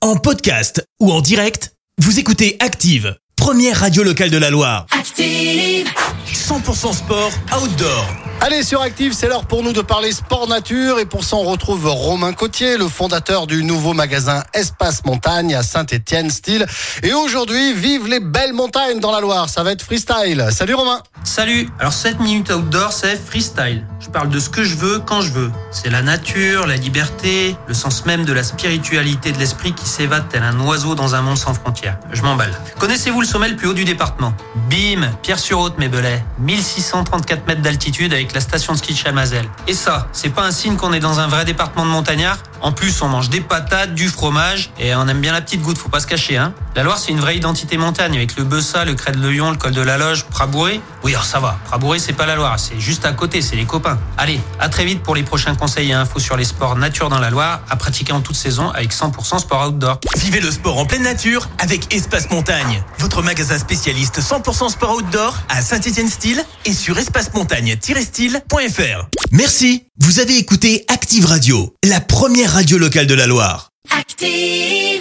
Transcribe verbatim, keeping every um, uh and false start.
En podcast ou en direct, vous écoutez Active, première radio locale de la Loire. Active cent pour cent sport outdoor. Allez, sur Active, c'est l'heure pour nous de parler sport nature. Et pour ça, on retrouve Romain Cotier, le fondateur du nouveau magasin Espace Montagne à Saint-Étienne-Style. Et aujourd'hui, vive les belles montagnes dans la Loire. Ça va être freestyle. Salut Romain. Salut. Alors sept minutes outdoor, c'est freestyle. Je parle de ce que je veux, quand je veux. C'est la nature, la liberté, le sens même de la spiritualité de l'esprit qui s'évade tel un oiseau dans un monde sans frontières. Je m'emballe. Connaissez-vous le sommet le plus haut du département ? Bim, Pierre-sur-Haute, mes belets. mille six cent trente-quatre mètres d'altitude avec la station de ski de Chamazel. Et ça, c'est pas un signe qu'on est dans un vrai département de montagnards ? En plus, on mange des patates, du fromage et on aime bien la petite goutte, faut pas se cacher, hein. La Loire, c'est une vraie identité montagne avec le Bessat, le Crêt de Lyon, le col de la Loge, Prabouré. Oui, alors ça va. Prabouré, c'est pas la Loire, c'est juste à côté, c'est les copains. Allez, à très vite pour les prochains conseils et infos sur les sports nature dans la Loire à pratiquer en toute saison avec cent pour cent sport outdoor. Vivez le sport en pleine nature avec Espace Montagne, votre magasin spécialiste cent pour cent sport outdoor à Saint-Étienne-Style et sur espace montagne tiret style point f r. Merci. Vous avez écouté Active Radio, la première radio locale de la Loire. Active!